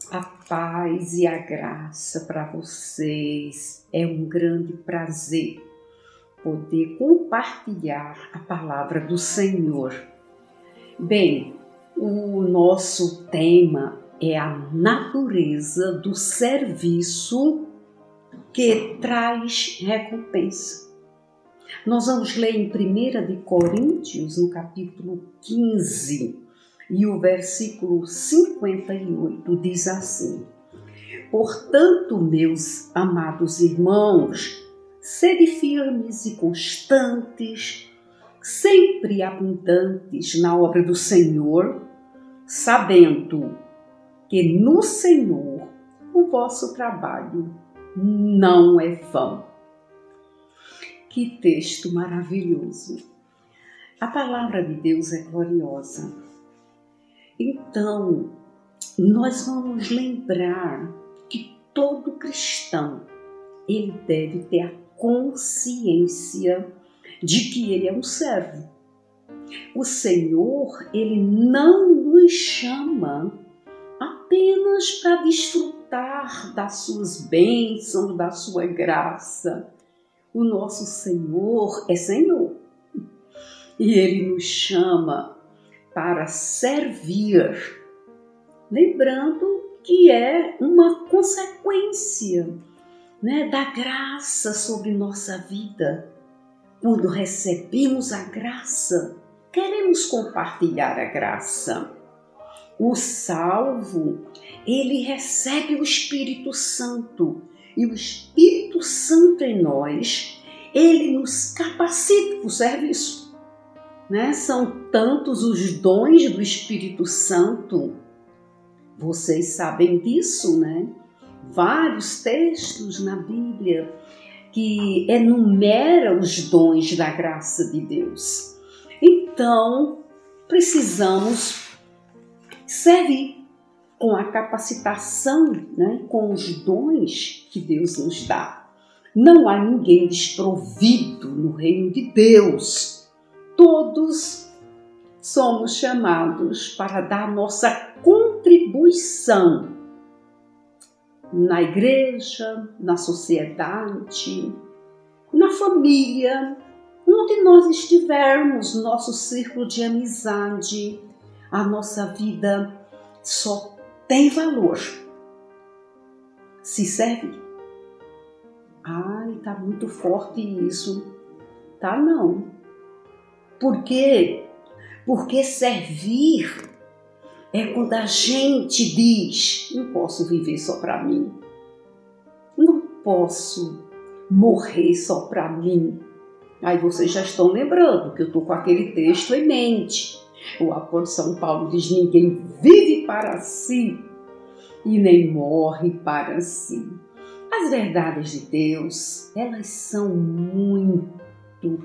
A paz e a graça para vocês. É um grande prazer poder compartilhar a palavra do Senhor. Bem, o nosso tema é a natureza do serviço que traz recompensa. Nós vamos ler em 1 de Coríntios, no capítulo 15, e o versículo 58 diz assim: Portanto, meus amados irmãos, sede firmes e constantes, sempre abundantes na obra do Senhor, sabendo que no Senhor o vosso trabalho não é vão. Que texto maravilhoso! A palavra de Deus é gloriosa. Então, nós vamos lembrar que todo cristão, ele deve ter a consciência de que ele é um servo. O Senhor, ele não nos chama apenas para desfrutar das suas bênçãos, da sua graça. O nosso Senhor é Senhor. E ele nos chama para servir, lembrando que é uma consequência, da graça sobre nossa vida. Quando recebemos a graça, queremos compartilhar a graça. O salvo, ele recebe o Espírito Santo, e o Espírito Santo em nós, ele nos capacita para o serviço. São tantos os dons do Espírito Santo, vocês sabem disso, Vários textos na Bíblia que enumeram os dons da graça de Deus. Então, precisamos servir com a capacitação, com os dons que Deus nos dá. Não há ninguém desprovido no reino de Deus. Todos somos chamados para dar nossa contribuição na igreja, na sociedade, na família, onde nós estivermos, nosso círculo de amizade. A nossa vida só tem valor se servir. Tá muito forte isso. Tá não. Por quê? Porque servir é quando a gente diz: não posso viver só para mim, não posso morrer só para mim. Aí vocês já estão lembrando que eu estou com aquele texto em mente. O apóstolo São Paulo diz: ninguém vive para si e nem morre para si. As verdades de Deus, elas são muito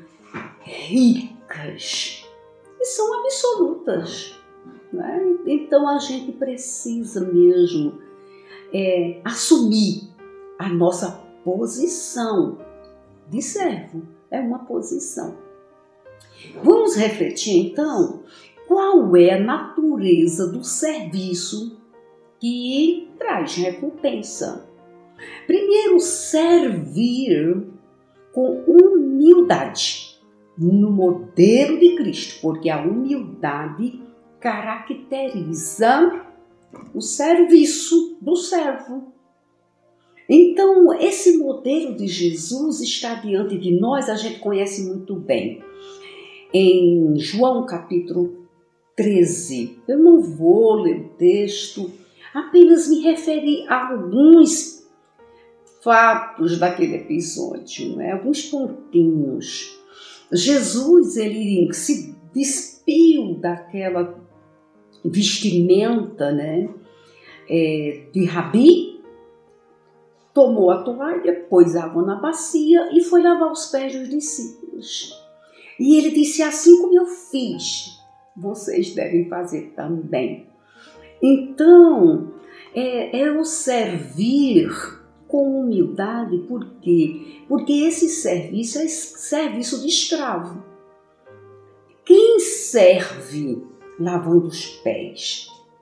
ricas e são absolutas, Então a gente precisa mesmo assumir a nossa posição de servo. É uma posição. Vamos refletir então qual é a natureza do serviço que traz recompensa. Primeiro, servir com humildade no modelo de Cristo, porque a humildade caracteriza o serviço do servo. Então, esse modelo de Jesus está diante de nós, a gente conhece muito bem. Em João capítulo 13, eu não vou ler o texto, apenas me referi a alguns fatos daquele episódio, alguns pontinhos. Jesus, ele se despiu daquela vestimenta, de rabi, tomou a toalha, pôs água na bacia e foi lavar os pés dos discípulos. E ele disse: assim como eu fiz, vocês devem fazer também. Então, é o servir com humildade. Por quê? Porque esse serviço é serviço de escravo. Quem serve lavando os pés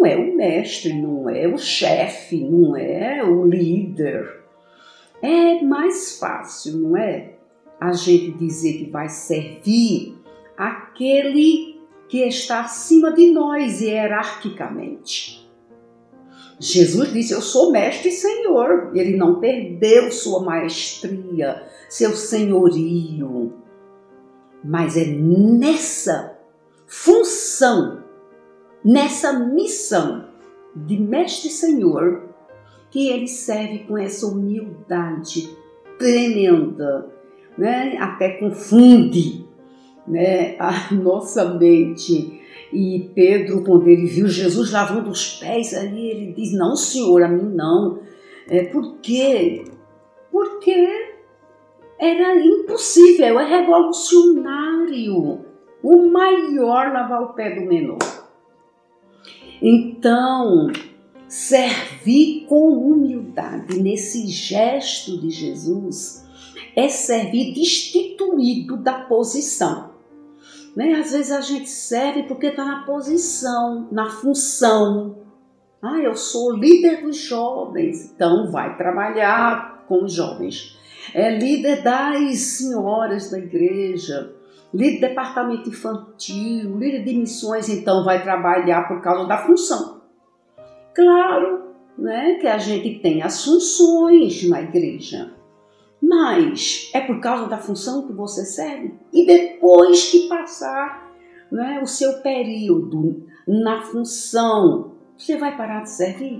é o mestre, não é o chefe, não é o líder. É mais fácil, não é? A gente dizer que vai servir aquele que está acima de nós hierarquicamente. Jesus disse, eu sou mestre e senhor. Ele não perdeu sua maestria, seu senhorio. Mas é nessa função, nessa missão de mestre e senhor, que ele serve com essa humildade tremenda, né? Até confunde, né, a nossa mente. E Pedro, quando ele viu Jesus lavando os pés ali, ele diz, não, senhor, a mim não. Por quê? Porque era impossível, é revolucionário. O maior lavar o pé do menor. Então, servir com humildade nesse gesto de Jesus é servir destituído da posição. Né? Às vezes a gente serve porque está na posição, na função. Eu sou líder dos jovens, então vai trabalhar com os jovens. É líder das senhoras da igreja, líder do departamento infantil, líder de missões, então vai trabalhar por causa da função. Claro, né, que a gente tem as funções na igreja, mas é por causa da função que você serve. E depois que passar, né, o seu período na função, você vai parar de servir?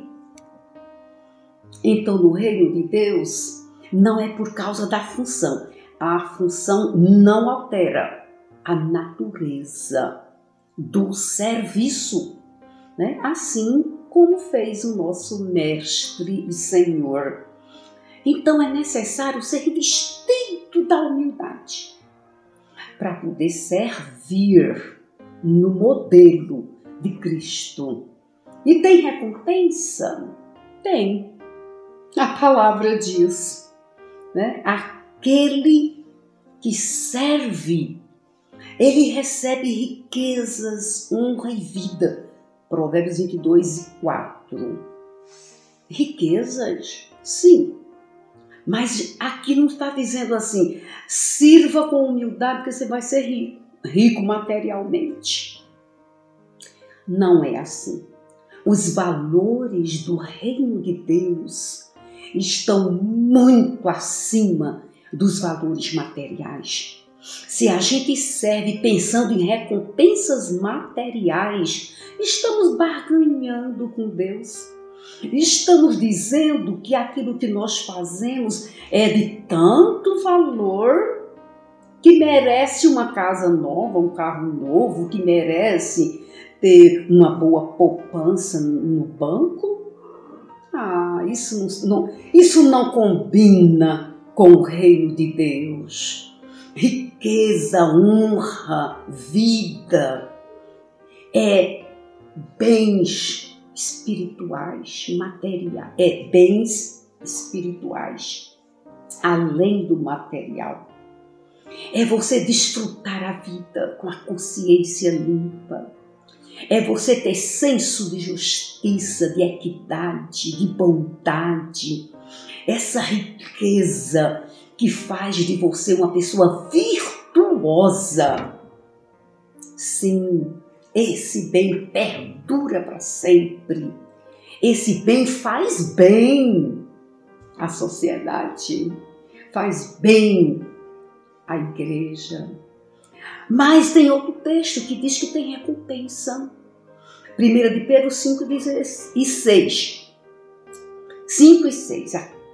Então, no reino de Deus, não é por causa da função. A função não altera a natureza do serviço, né? Assim como fez o nosso mestre e senhor. Então é necessário ser distinto da humildade para poder servir no modelo de Cristo. E tem recompensa? Tem. A palavra diz, né? Aquele que serve, ele recebe riquezas, honra e vida. Provérbios 22:4. Riquezas? Sim. Mas aqui não está dizendo assim, sirva com humildade que você vai ser rico, rico materialmente. Não é assim. Os valores do reino de Deus estão muito acima dos valores materiais. Se a gente serve pensando em recompensas materiais, estamos barganhando com Deus. Estamos dizendo que aquilo que nós fazemos é de tanto valor que merece uma casa nova, um carro novo, que merece ter uma boa poupança no banco. Isso não combina com o reino de Deus. Riqueza, honra, vida é bens espirituais, materiais, bens espirituais, além do material. É você desfrutar a vida com a consciência limpa. É você ter senso de justiça, de equidade, de bondade. Essa riqueza que faz de você uma pessoa virtuosa. Sim, esse bem perdura para sempre. Esse bem faz bem à sociedade, faz bem à igreja. Mas tem outro texto que diz que tem recompensa. 1 de Pedro 5 e 6. 5 e 6.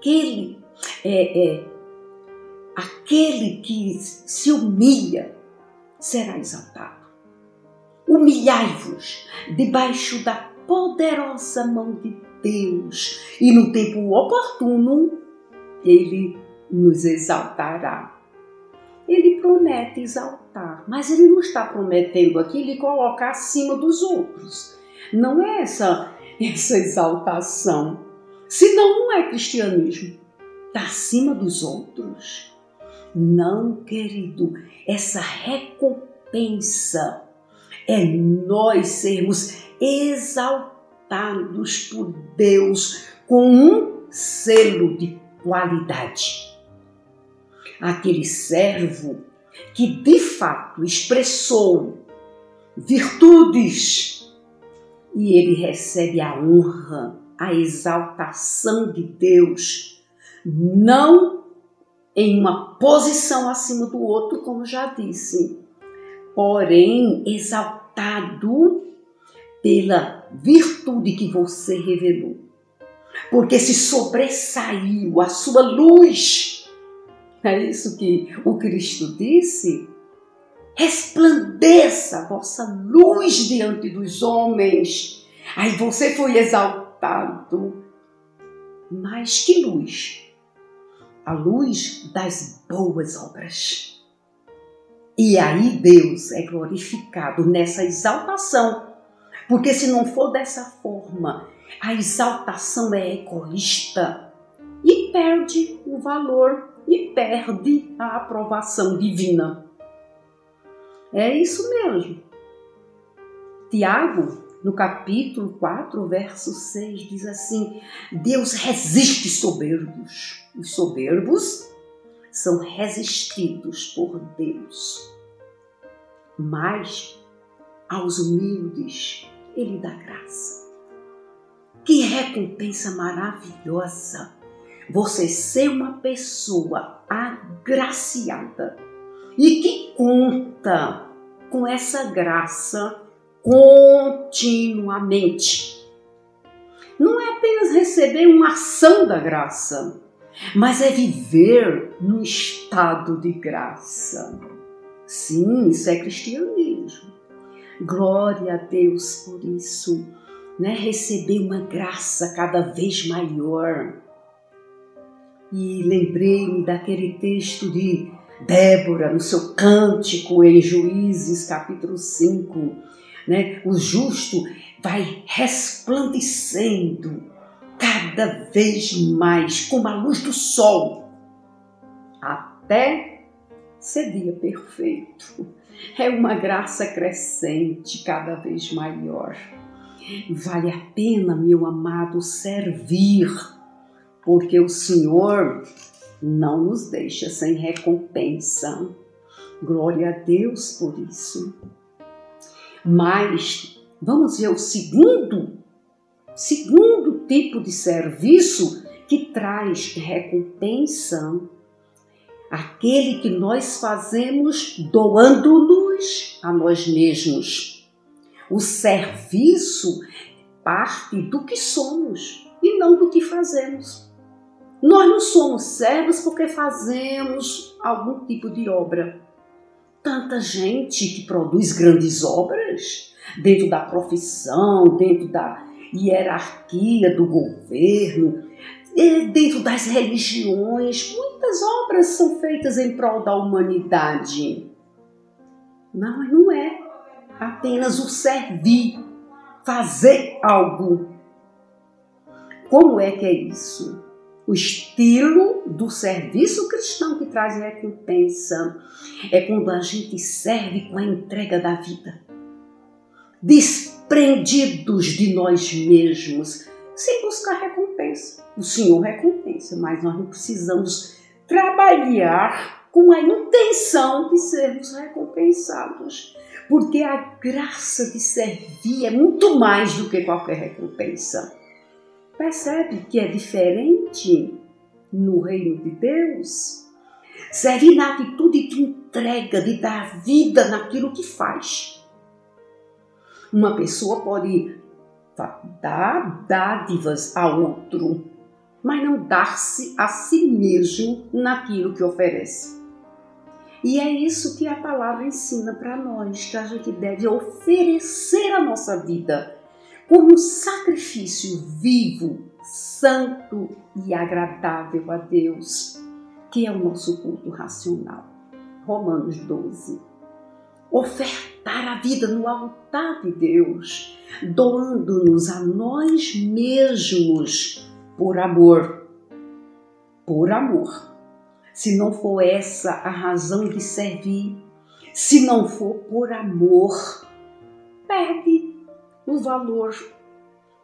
Aquele que se humilha será exaltado. Humilhai-vos debaixo da poderosa mão de Deus, e no tempo oportuno Ele nos exaltará. Ele promete exaltar, mas Ele não está prometendo aqui lhe colocar acima dos outros. Não é essa exaltação. Senão não é cristianismo. Está acima dos outros. Não, querido, essa recompensa é nós sermos exaltados exaltados por Deus com um selo de qualidade. Aquele servo que de fato expressou virtudes e ele recebe a honra, a exaltação de Deus, não em uma posição acima do outro, como já disse, porém exaltado pela virtude que você revelou, porque se sobressaiu a sua luz. É isso que o Cristo disse: resplandeça a vossa luz diante dos homens. Aí você foi exaltado. Mas que luz? A luz das boas obras. E aí Deus é glorificado nessa exaltação. Porque se não for dessa forma, a exaltação é egoísta e perde o valor e perde a aprovação divina. É isso mesmo. Tiago, no capítulo 4, verso 6, diz assim: Deus resiste soberbos. Os soberbos são resistidos por Deus. Mas aos humildes Ele dá graça. Que recompensa maravilhosa você ser uma pessoa agraciada e que conta com essa graça continuamente. Não é apenas receber uma ação da graça, mas é viver num estado de graça. Sim, isso é cristianismo. Glória a Deus por isso, né? Receber uma graça cada vez maior. E lembrei-me daquele texto de Débora, no seu cântico em Juízes, capítulo 5, né? O justo vai resplandecendo cada vez mais como a luz do sol, até ser dia perfeito. É uma graça crescente, cada vez maior. Vale a pena, meu amado, servir, porque o Senhor não nos deixa sem recompensa. Glória a Deus por isso. Mas vamos ver o segundo tipo de serviço que traz recompensa. Aquele que nós fazemos doando-nos a nós mesmos. O serviço parte do que somos e não do que fazemos. Nós não somos servos porque fazemos algum tipo de obra. Tanta gente que produz grandes obras dentro da profissão, dentro da hierarquia do governo, dentro das religiões. Muitas obras são feitas em prol da humanidade. Mas não é apenas o servir, fazer algo. Como é que é isso? O estilo do serviço cristão que traz recompensa é quando a gente serve com a entrega da vida, desprendidos de nós mesmos, sem buscar recompensa. O Senhor recompensa, mas nós não precisamos trabalhar com a intenção de sermos recompensados, porque a graça de servir é muito mais do que qualquer recompensa. Percebe que é diferente no reino de Deus? Servir na atitude de entrega, de dar vida naquilo que faz. Uma pessoa pode dar dádivas a outro, mas não dar-se a si mesmo naquilo que oferece. E é isso que a palavra ensina para nós, que a gente deve oferecer a nossa vida como um sacrifício vivo, santo e agradável a Deus, que é o nosso culto racional. Romanos 12. Ofertar a vida no altar de Deus, doando-nos a nós mesmos por amor. Por amor. Se não for essa a razão de servir, se não for por amor, perde o valor,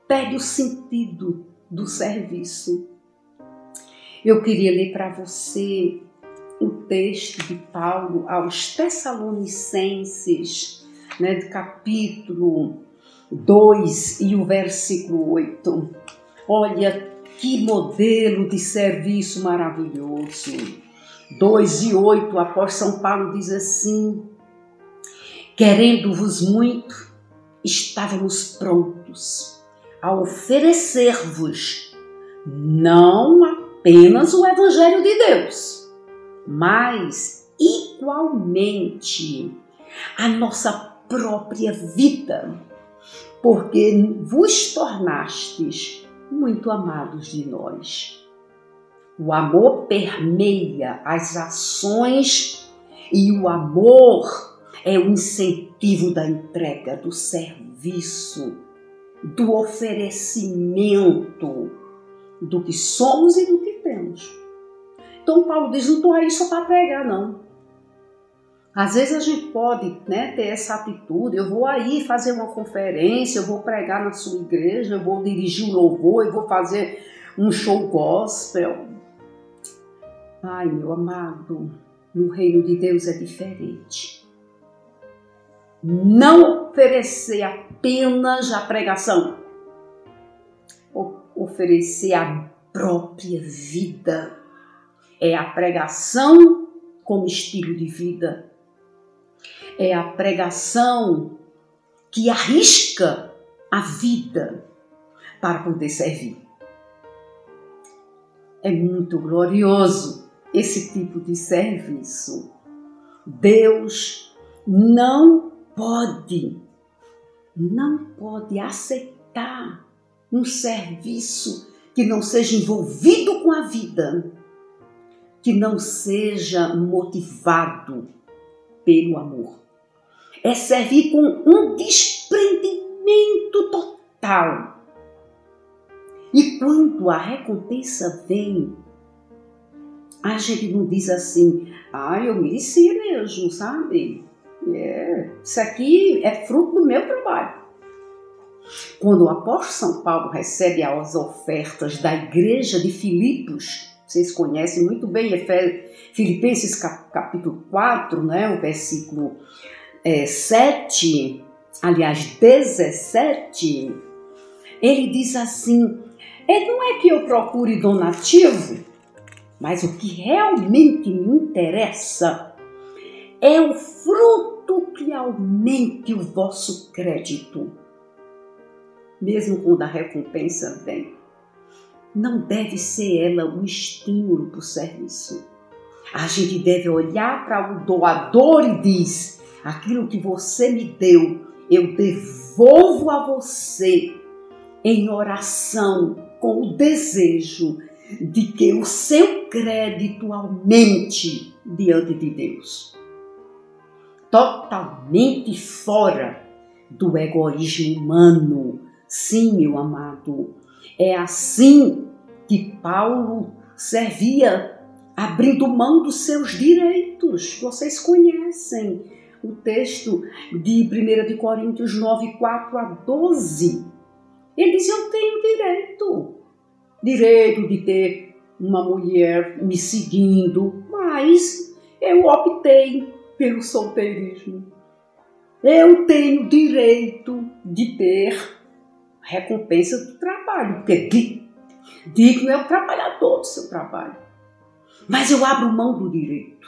perde o sentido do serviço. Eu queria ler para você o texto de Paulo aos Tessalonicenses, do capítulo 2 e o versículo 8. Olha que modelo de serviço maravilhoso. 2 e 8, o apóstolo São Paulo diz assim: querendo-vos muito, estávamos prontos a oferecer-vos não apenas o Evangelho de Deus, mas igualmente a nossa própria vida, porque vos tornastes muito amados de nós. O amor permeia as ações e o amor é o incentivo da entrega, do serviço, do oferecimento do que somos e do que temos. Então Paulo diz, não estou aí só para pregar, não. Às vezes a gente pode ter essa atitude, eu vou aí fazer uma conferência, eu vou pregar na sua igreja, eu vou dirigir um louvor, eu vou fazer um show gospel. Ai, meu amado, no reino de Deus é diferente. Não oferecer apenas a pregação, oferecer a própria vida. É a pregação como estilo de vida. É a pregação que arrisca a vida para poder servir. É muito glorioso esse tipo de serviço. Deus não pode aceitar um serviço que não seja envolvido com a vida, que não seja motivado pelo amor. É servir com um desprendimento total. E quando a recompensa vem, a gente não diz assim, eu merecia mesmo, sabe? Isso aqui é fruto do meu trabalho. Quando o apóstolo São Paulo recebe as ofertas da igreja de Filipos, vocês conhecem muito bem, Filipenses capítulo 4, o versículo 7, aliás 17, ele diz assim, não é que eu procure donativo, mas o que realmente me interessa é o fruto que aumente o vosso crédito. Mesmo quando a recompensa vem, não deve ser ela um estímulo para o serviço. A gente deve olhar para o doador e diz, aquilo que você me deu, eu devolvo a você em oração com o desejo de que o seu crédito aumente diante de Deus. Totalmente fora do egoísmo humano. Sim, meu amado, é assim que Paulo servia, abrindo mão dos seus direitos. Vocês conhecem o texto de 1 Coríntios 9, 4 a 12. Ele diz, eu tenho direito de ter uma mulher me seguindo, mas eu optei pelo solteirismo. Eu tenho direito de ter recompensa do trabalho, porque digno é o trabalhador do seu trabalho. Mas eu abro mão do direito.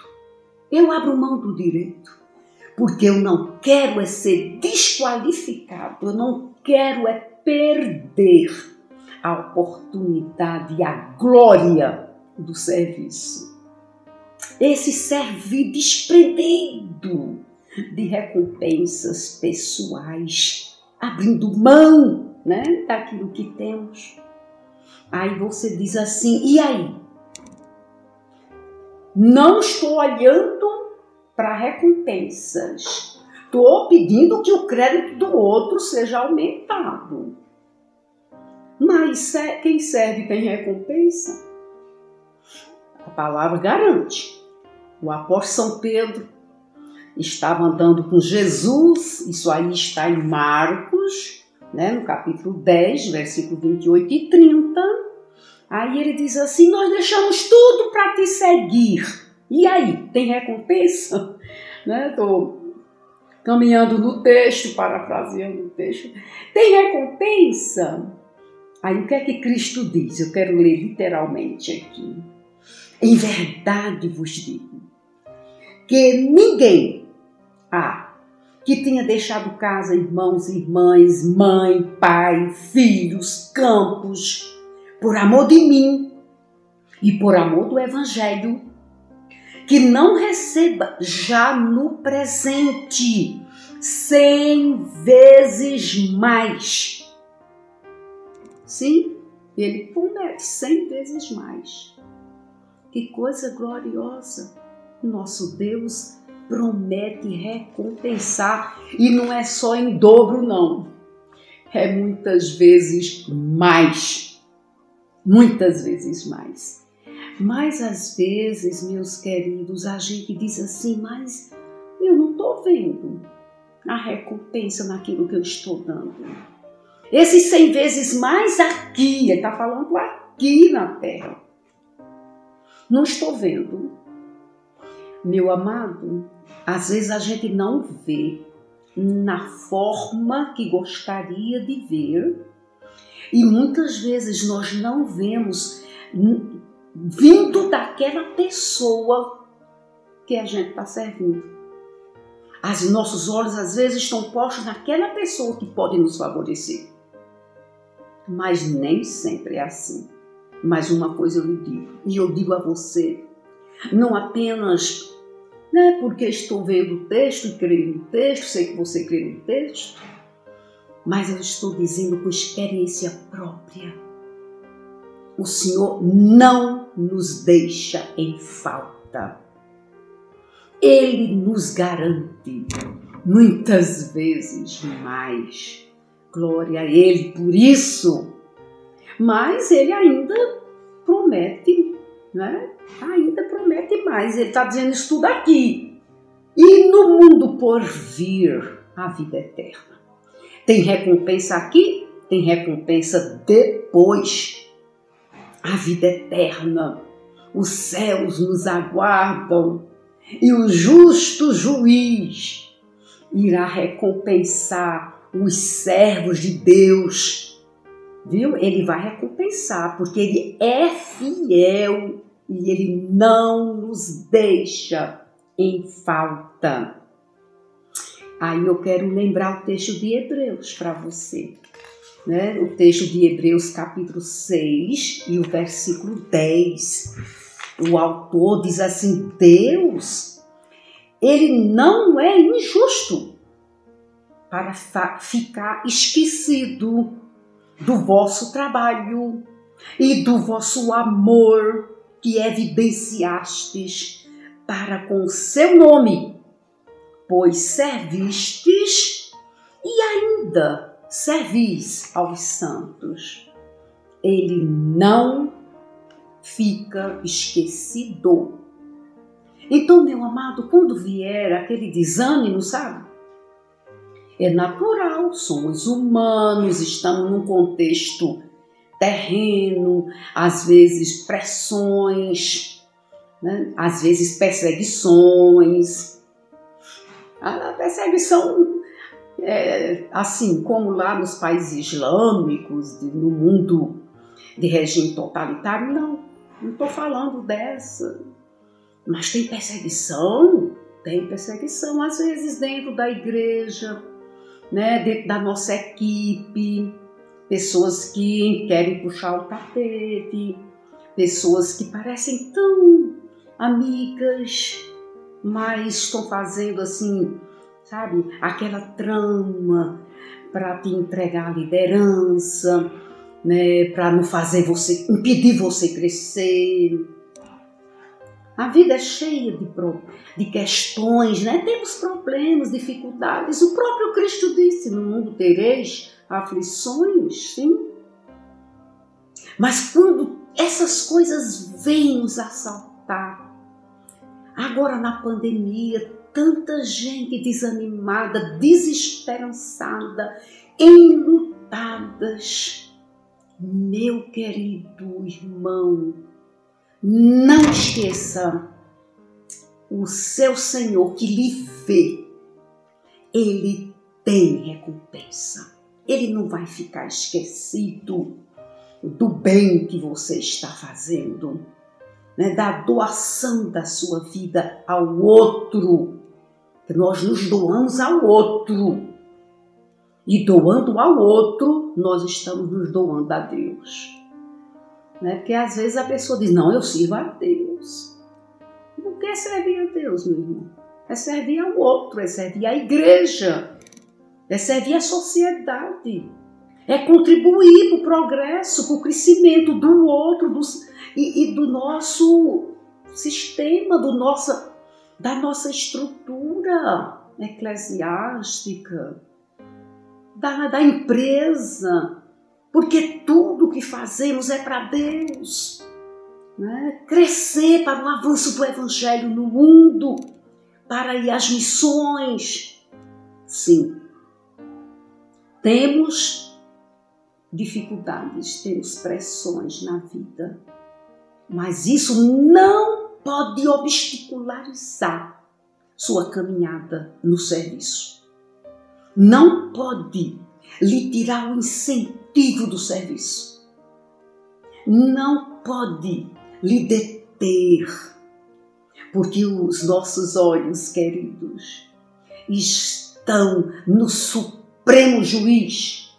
Porque eu não quero ser desqualificado, eu não quero perder a oportunidade e a glória do serviço. Esse servir desprendido de recompensas pessoais, abrindo mão daquilo que temos. Aí você diz assim, e aí? Não estou olhando para recompensas. Estou pedindo que o crédito do outro seja aumentado. Mas quem serve tem recompensa? A palavra garante. O apóstolo São Pedro estava andando com Jesus, isso aí está em Marcos, né? No capítulo 10, versículo 28 e 30, aí ele diz assim: nós deixamos tudo para te seguir. E aí, tem recompensa? Estou caminhando no texto, parafraseando o texto. Tem recompensa? Aí o que é que Cristo diz? Eu quero ler literalmente aqui. Em verdade vos digo que ninguém há que tenha deixado casa, irmãos, irmãs, mãe, pai, filhos, campos, por amor de mim e por amor do Evangelho, que não receba já no presente 100 vezes mais. Sim, ele promete 100 vezes mais. Que coisa gloriosa! Nosso Deus promete recompensar, e não é só em dobro, não. É muitas vezes mais. Muitas vezes mais. Mas às vezes, meus queridos, a gente diz assim: mas eu não estou vendo a recompensa naquilo que eu estou dando. Esses 100 vezes mais aqui, ele está falando aqui na terra. Não estou vendo. Meu amado, às vezes a gente não vê na forma que gostaria de ver, e muitas vezes nós não vemos vindo daquela pessoa que a gente está servindo. Os nossos olhos às vezes estão postos naquela pessoa que pode nos favorecer. Mas nem sempre é assim. Mas uma coisa eu lhe digo, e eu digo a você, não apenas porque estou vendo o texto e creio no texto, sei que você crê no texto, mas eu estou dizendo por experiência própria. O Senhor não nos deixa em falta. Ele nos garante muitas vezes mais. Glória a Ele por isso. Mas Ele ainda promete, né? Ainda promete mais. Ele está dizendo isso tudo aqui. E no mundo por vir, a vida eterna. Tem recompensa aqui, tem recompensa depois. A vida eterna. Os céus nos aguardam. E o justo juiz irá recompensar os servos de Deus. Viu? Ele vai recompensar, porque ele é fiel e ele não nos deixa em falta. Aí eu quero lembrar o texto de Hebreus para você. Né? O texto de Hebreus capítulo 6 e o versículo 10. O autor diz assim: Deus, ele não é injusto para ficar esquecido do vosso trabalho e do vosso amor que evidenciastes para com o seu nome, pois servistes e ainda servis aos santos. Ele não fica esquecido. Então, meu amado, quando vier aquele desânimo, sabe? É natural, somos humanos, estamos num contexto terreno, às vezes pressões, né? Às vezes perseguições. A perseguição, assim como lá nos países islâmicos, no mundo de regime totalitário, não estou falando dessa. Mas tem perseguição, às vezes dentro da igreja, né, dentro da nossa equipe, pessoas que querem puxar o tapete, pessoas que parecem tão amigas, mas estão fazendo assim, sabe, aquela trama para te entregar a liderança, né, para não fazer você, impedir você crescer. A vida é cheia de questões, né? Temos problemas, dificuldades. O próprio Cristo disse: no mundo tereis aflições, sim. Mas quando essas coisas vêm nos assaltar, agora na pandemia, tanta gente desanimada, desesperançada, enlutada, levantadas. Meu querido irmão, não esqueça, o seu Senhor que lhe vê, Ele tem recompensa. Ele não vai ficar esquecido do bem que você está fazendo, né? Da doação da sua vida ao outro. Que nós nos doamos ao outro. E doando ao outro, nós estamos nos doando a Deus. Né? Porque às vezes a pessoa diz, não, eu sirvo a Deus. Não quer servir a Deus, meu irmão. É servir ao outro, é servir à igreja, é servir à sociedade, é contribuir para o progresso, para o crescimento do outro e do nosso sistema, da nossa estrutura eclesiástica, da empresa, porque tudo que fazemos é para Deus, né? Crescer para o avanço do Evangelho no mundo, para ir às missões. Sim, temos dificuldades, temos pressões na vida, mas isso não pode obstacularizar sua caminhada no serviço. Não pode lhe tirar o incentivo do serviço. Não pode lhe deter, porque os nossos olhos, queridos, estão no Supremo Juiz,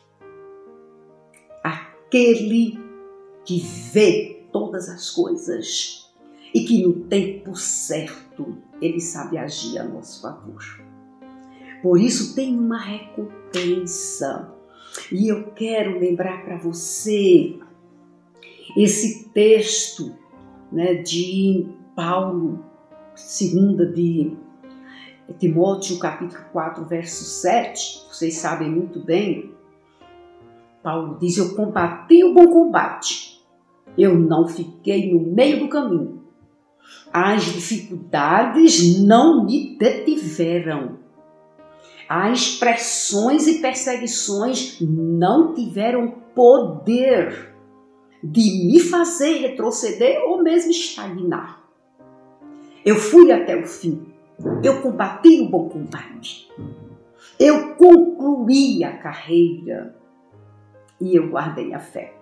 aquele que vê todas as coisas e que no tempo certo ele sabe agir a nosso favor. Por isso tem uma recompensa. E eu quero lembrar para você esse texto, né, de Paulo, 2 de Timóteo, capítulo 4, verso 7. Vocês sabem muito bem. Paulo diz, eu combati o bom combate. Eu não fiquei no meio do caminho. As dificuldades não me detiveram. As pressões e perseguições não tiveram poder de me fazer retroceder ou mesmo estagnar. Eu fui até o fim. Eu combati o bom combate. Eu concluí a carreira e eu guardei a fé.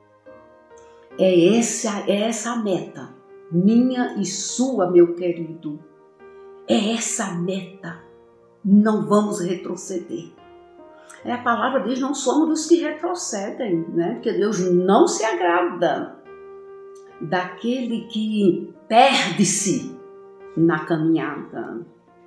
É essa a meta, minha e sua, meu querido. É essa a meta. Não vamos retroceder. A palavra diz, não somos dos que retrocedem, né? Porque Deus não se agrada daquele que perde-se na caminhada.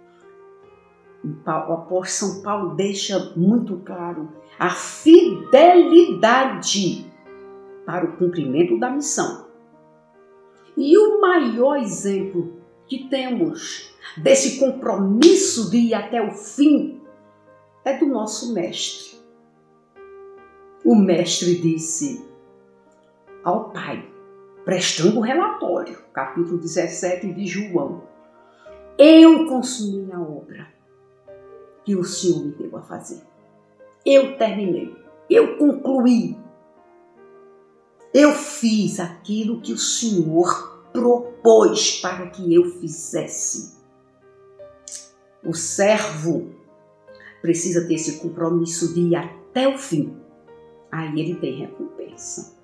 O apóstolo São Paulo deixa muito claro a fidelidade para o cumprimento da missão. E o maior exemplo que temos desse compromisso de ir até o fim é do nosso mestre. O mestre disse ao Pai, prestando o relatório, capítulo 17 de João, eu consumi a obra que o Senhor me deu a fazer. Eu terminei, eu concluí, eu fiz aquilo que o Senhor propôs para que eu fizesse. O servo precisa ter esse compromisso de ir até o fim. Aí ele tem recompensa.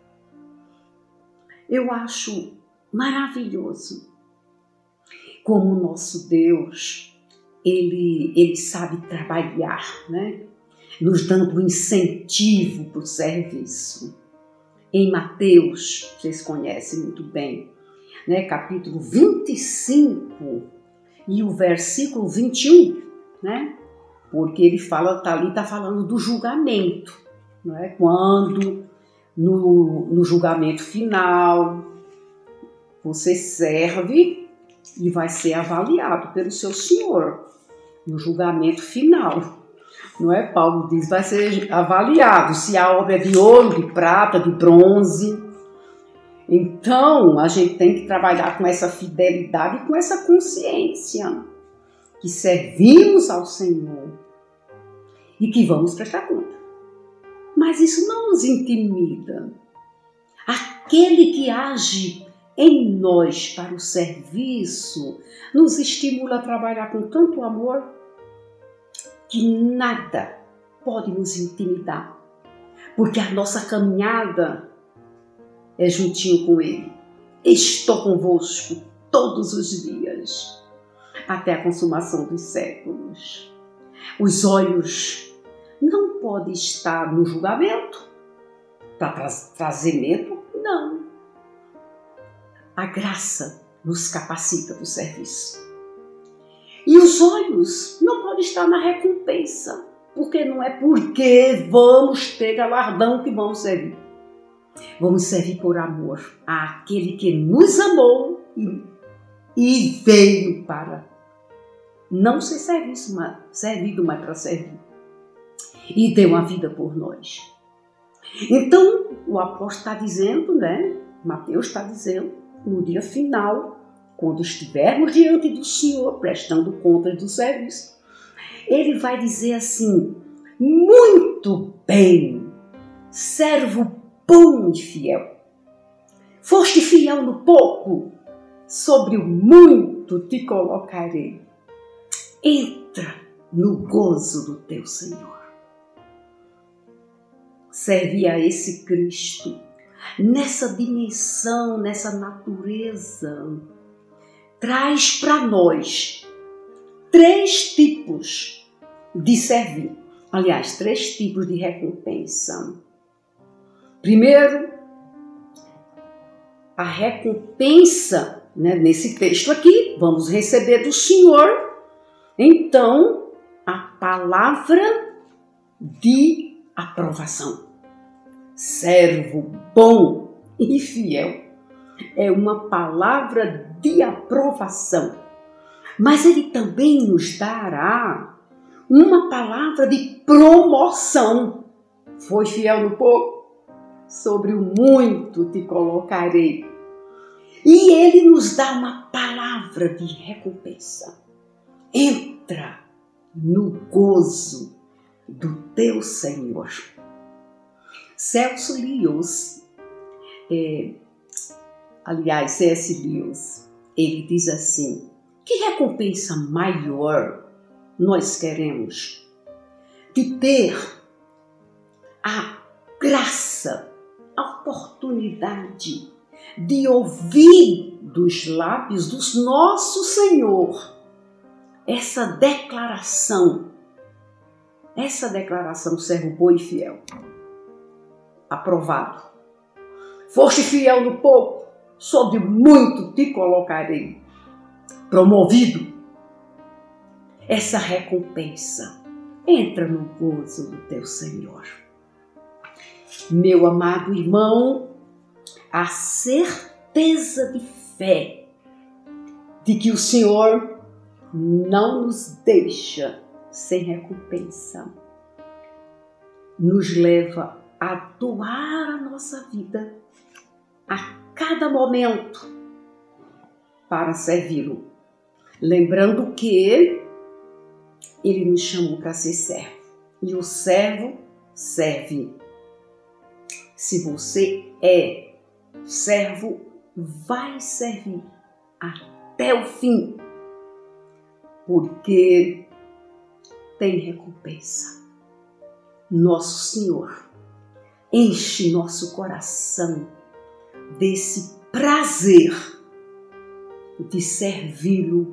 Eu acho maravilhoso como o nosso Deus, ele sabe trabalhar, né? Nos dando incentivo para o serviço. Em Mateus, vocês conhecem muito bem, né? Capítulo 25 e o versículo 21, né? Porque ele fala, está falando do julgamento, não é? Quando no julgamento final você serve e vai ser avaliado pelo seu Senhor no julgamento final, não é? Paulo diz, vai ser avaliado se a obra é de ouro, de prata, de bronze. Então a gente tem que trabalhar com essa fidelidade e com essa consciência que servimos ao Senhor e que vamos prestar conta. Mas isso não nos intimida. Aquele que age em nós para o serviço nos estimula a trabalhar com tanto amor que nada pode nos intimidar, porque a nossa caminhada é juntinho com Ele. Estou convosco todos os dias, até a consumação dos séculos. Os olhos não podem estar no julgamento para trazer medo, não. A graça nos capacita para o serviço. E os olhos não podem estar na recompensa, porque não é porque vamos ter galardão que vamos servir. Vamos servir por amor àquele que nos amou e veio para não ser servido, mas para servir. E deu a vida por nós. Então, o apóstolo está dizendo, Mateus está dizendo, no dia final, quando estivermos diante do Senhor, prestando contas do serviço, Ele vai dizer assim: muito bem, servo bom e fiel. Foste fiel no pouco, sobre o muito te colocarei. Entra no gozo do teu Senhor. Servir a esse Cristo, nessa dimensão, nessa natureza, traz para nós 3 tipos de servir. Aliás, 3 tipos de recompensa. Primeiro, a recompensa, nesse texto aqui, vamos receber do Senhor, então, a palavra de aprovação. Servo bom e fiel é uma palavra de aprovação, mas Ele também nos dará uma palavra de promoção. Foi fiel no pouco, sobre o muito te colocarei. E Ele nos dá uma palavra de recompensa. Entra no gozo do teu Senhor. C.S. Lewis, ele diz assim: que recompensa maior nós queremos de ter a graça, a oportunidade de ouvir dos lábios do nosso Senhor essa declaração, servo bom e fiel, aprovado. Foste fiel no pouco, sobre muito te colocarei. Promovido. Essa recompensa entra no gozo do teu Senhor. Meu amado irmão, a certeza de fé de que o Senhor não nos deixa sem recompensa nos leva a doar a nossa vida a cada momento para servi-lo. Lembrando que Ele nos chamou para ser servo. E o servo serve. Se você é servo, vai servir até o fim. Porque tem recompensa. Nosso Senhor enche nosso coração desse prazer de servi-lo,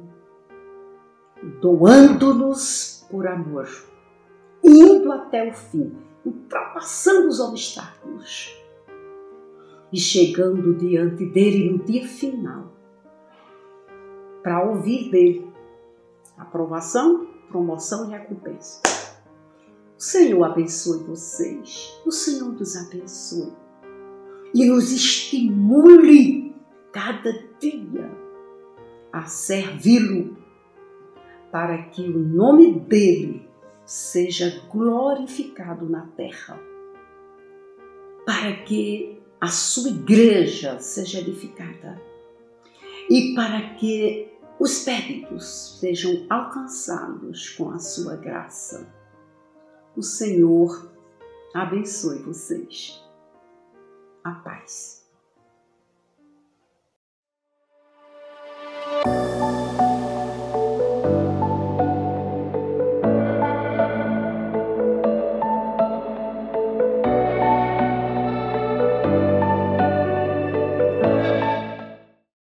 doando-nos por amor, indo até o fim, ultrapassando os obstáculos e chegando diante dele no dia final para ouvir dele aprovação, promoção e recompensa. O Senhor abençoe vocês, o Senhor nos abençoe e nos estimule cada dia a servi-lo, para que o nome dele seja glorificado na terra, para que a sua igreja seja edificada e para que os perdidos sejam alcançados com a sua graça. O Senhor abençoe vocês. A paz.